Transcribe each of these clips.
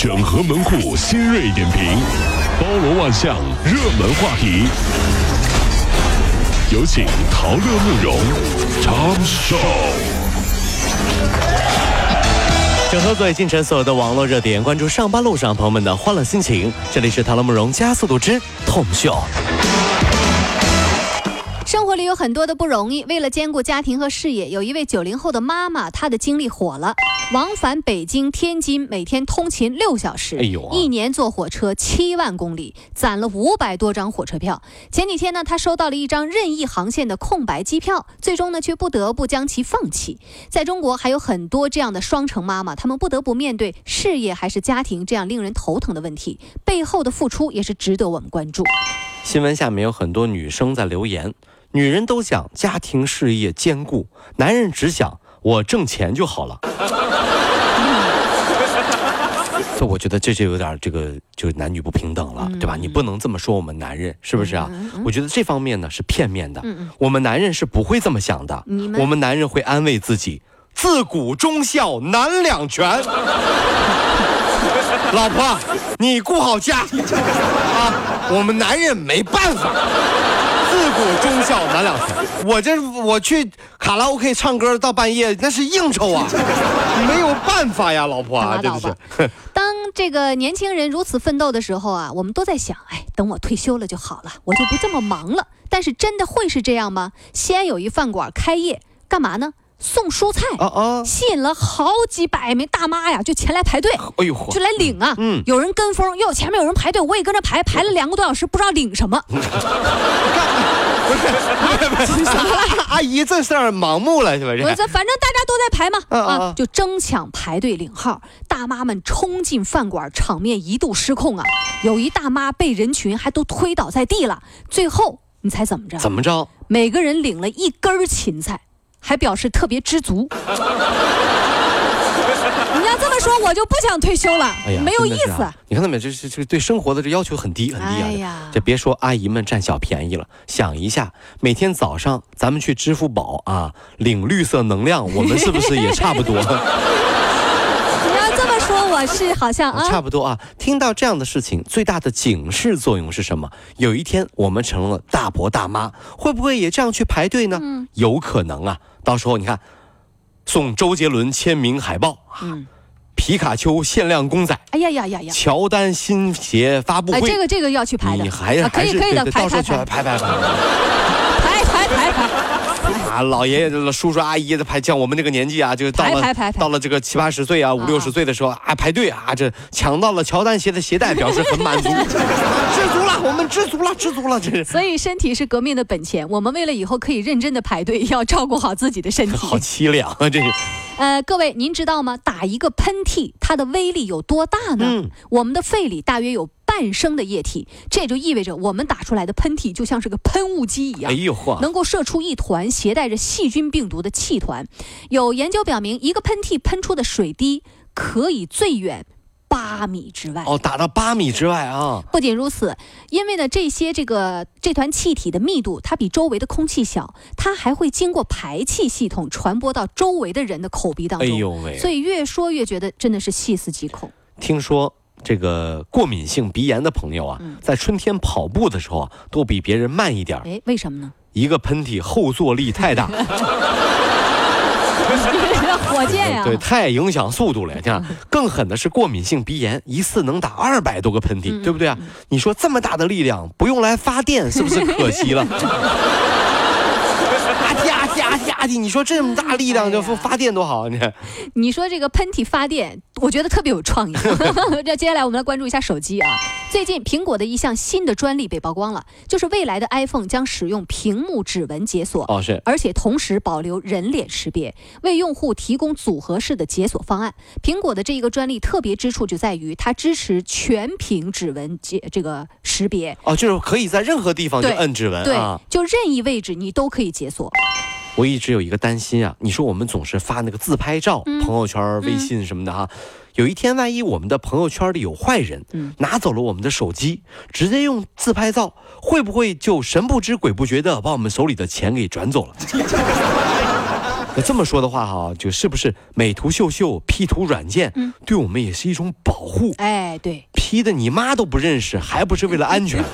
整合门户新锐点评，包罗万象，热门话题。有请陶乐慕容长寿。 整合最近城所有的网络热点，关注上班路上朋友们的欢乐心情。这里是陶乐慕容加速度之痛秀。 生活里有很多的不容易，为了兼顾家庭和事业，有一位90后的妈妈，她的经历火了，往返北京、天津，每天通勤6小时，一年坐火车7万公里，攒了500多张火车票。前几天呢，她收到了一张任意航线的空白机票，最终呢却不得不将其放弃。在中国还有很多这样的双城妈妈，她们不得不面对事业还是家庭这样令人头疼的问题，背后的付出也是值得我们关注。 新闻下面有很多女生在留言，女人都想家庭事业兼顾，男人只想我挣钱就好了。我觉得这就有点就是男女不平等了，对吧？你不能这么说我们男人，是不是啊？我觉得这方面呢是片面的，我们男人是不会这么想的。我们男人会安慰自己，自古忠孝难两全。老婆，你顾好家啊！我们男人没办法，自古忠孝难两全。我去卡拉 OK 唱歌到半夜，那是应酬啊，没有办法呀，老婆啊，对不对？ 当这个年轻人如此奋斗的时候啊，我们都在想，等我退休了就好了，我就不这么忙了。但是真的会是这样吗？西安有一饭馆开业，干嘛呢？送蔬菜，吸引了好几百名大妈呀，就前来排队，就来领啊。有人跟风，前面有人排队，我也跟着排了2个多小时，不知道领什么。 阿姨，这事儿盲目了是不是？ 反正大家都在排嘛，就争抢排队领号，大妈们冲进饭馆，场面一度失控啊！有一大妈被人群还都推倒在地了，最后你猜怎么着？ 怎么着？ 每个人领了1根芹菜。还表示特别知足。你要这么说，我就不想退休了，没有意思。 你看到没？这对生活的这要求很低很低啊！这别说阿姨们占小便宜了，想一下，每天早上咱们去支付宝啊领绿色能量，我们是不是也差不多？ 我是好像差不多啊。听到这样的事情，最大的警示作用是什么？有一天我们成了大伯大妈，会不会也这样去排队呢？有可能啊。到时候你看，送周杰伦签名海报皮卡丘限量公仔，乔丹新鞋发布会， 这个要去排的。 你可以的， 排。 老爷爷、叔叔、阿姨的排，像我们这个年纪啊，就到了这个70、80岁啊，50、60岁的时候啊，排队啊，这抢到了乔丹鞋的鞋带，表示很满足，知足了，我们知足了，这是。 所以身体是革命的本钱，我们为了以后可以认真的排队，要照顾好自己的身体。 好凄凉啊，这是。 各位，您知道吗？打一个喷嚏，它的威力有多大呢？我们的肺里大约有半升的液体，这就意味着我们打出来的喷嚏就像是个喷雾机一样，能够射出一团携带着细菌病毒的气团。有研究表明，一个喷嚏喷出的水滴可以最远8米之外。 打到8米之外啊！ 不仅如此，因为呢这团气体的密度它比周围的空气小，它还会经过排气系统传播到周围的人的口鼻当中。所以越说越觉得真的是细思极恐。 听说这个过敏性鼻炎的朋友啊，在春天跑步的时候啊，都比别人慢一点。 为什么呢？ 一个喷嚏后坐力太大。 火箭呀！ 对，太影响速度了。这样更狠的是过敏性鼻炎，一次能打200多个喷嚏，对不对啊？你说这么大的力量不用来发电，是不是可惜了？你说这么大力量就发电多好啊！ 你说这个喷嚏发电，我觉得特别有创意。那接下来我们来关注一下手机啊。最近苹果的一项新的专利被曝光了，就是未来的 iPhone 将使用屏幕指纹解锁，而且同时保留人脸识别，为用户提供组合式的解锁方案。苹果的这一个专利特别之处就在于它支持全屏指纹这个识别。 就是可以在任何地方就摁指纹， 对，就任意位置你都可以解锁。 我一直有一个担心啊，你说我们总是发那个自拍照，朋友圈、微信什么的哈，有一天万一我们的朋友圈里有坏人，拿走了我们的手机，直接用自拍照，会不会就神不知鬼不觉的把我们手里的钱给转走了？ 那这么说的话哈，就是不是美图秀秀、P 图软件，对我们也是一种保护？ 哎，对 ，P 的你妈都不认识，还不是为了安全？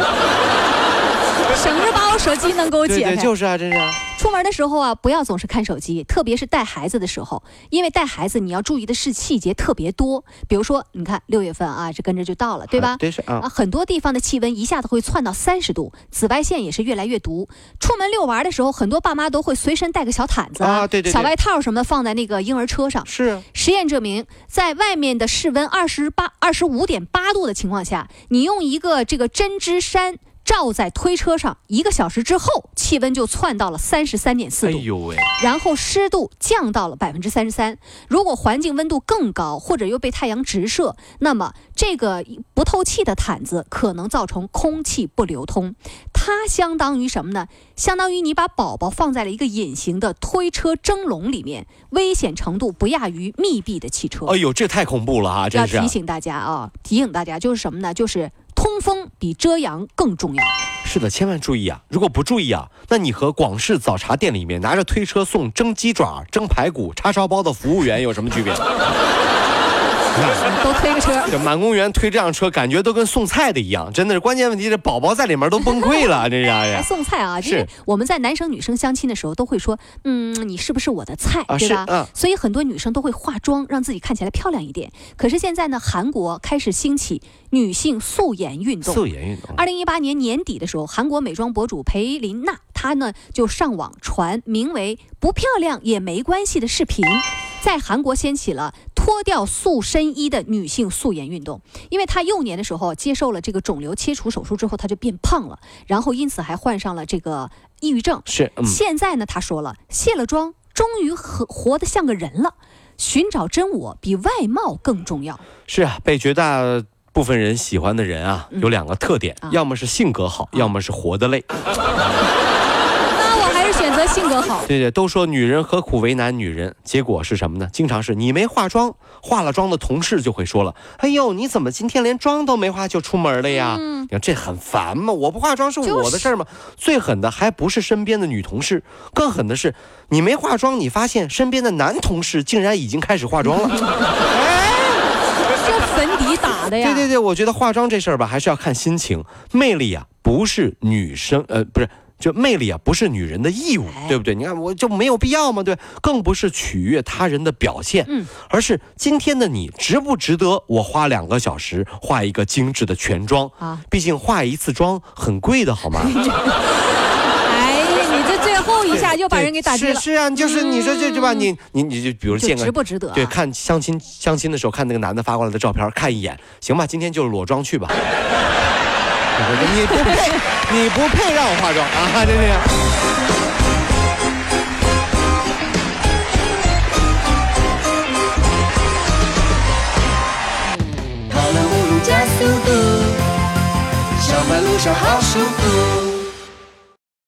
省着把我手机能给我解开。 对，就是啊，真是啊。 出门的时候啊，不要总是看手机，特别是带孩子的时候，因为带孩子你要注意的细节特别多。比如说，你看6月份啊，这跟着就到了，对吧？ 对是啊。 很多地方的气温一下子会窜到30度，紫外线也是越来越毒。出门遛娃的时候，很多爸妈都会随身带个小毯子啊， 对， 小外套什么的放在那个婴儿车上。 是。 实验证明，在外面的室温25.8度的情况下，你用一个这个针织衫罩在推车上，1个小时之后，气温就窜到了33.4度。 哎呦喂！ 然后湿度降到了33%。如果环境温度更高，或者又被太阳直射，那么这个不透气的毯子可能造成空气不流通。它相当于什么呢？相当于你把宝宝放在了一个隐形的推车蒸笼里面，危险程度不亚于密闭的汽车。 哎呦，这太恐怖了啊！真是。 要提醒大家啊，就是什么呢？就是通风比遮阳更重要。 是的，千万注意啊！如果不注意啊，那你和广式早茶店里面拿着推车送蒸鸡爪、蒸排骨、叉烧包的服务员有什么区别？ 都推个车， 这满公园推这辆车，感觉都跟送菜的一样，真的是。关键问题，这宝宝在里面都崩溃了，这家呀。 送菜啊， 是我们在男生女生相亲的时候都会说，你是不是我的菜，对吧？所以很多女生都会化妆，让自己看起来漂亮一点。可是现在呢，韩国开始兴起女性素颜运动。2018年年底的时候，韩国美妆博主裴琳娜，她呢就上网传名为“不漂亮也没关系”的视频。在韩国掀起了脱掉塑身衣的女性素颜运动，因为她幼年的时候接受了这个肿瘤切除手术之后，她就变胖了，然后因此还患上了这个抑郁症。现在呢，她说了，卸了妆，终于活得像个人了。寻找真我比外貌更重要。 是啊，被绝大部分人喜欢的人啊，有2个特点，要么是性格好，要么是活得累。 选择性格好。 对，都说女人何苦为难女人，结果是什么呢？经常是你没化妆，化了妆的同事就会说了，哎呦，你怎么今天连妆都没化就出门了呀？你看这很烦嘛，我不化妆是我的事儿嘛。最狠的还不是身边的女同事，更狠的是你没化妆，你发现身边的男同事竟然已经开始化妆了。 这粉底打的呀。 对，我觉得化妆这事儿吧，还是要看心情。魅力啊，不是女生，不是。就魅力啊，不是女人的义务，对不对？你看，我就没有必要嘛，对，更不是取悦他人的表现，而是今天的你值不值得我花2个小时画一个精致的全妆啊？毕竟画一次妆很贵的，好吗？ 哎，你这最后一下就把人给打击了。 是啊，就是你说这对吧？你就比如见个值不值得？ 对，看相亲的时候，看那个男的发过来的照片，看一眼，行吧，今天就裸妆去吧。你不配让我化妆啊！真是。 跑了5路加速度，上班路上好舒服。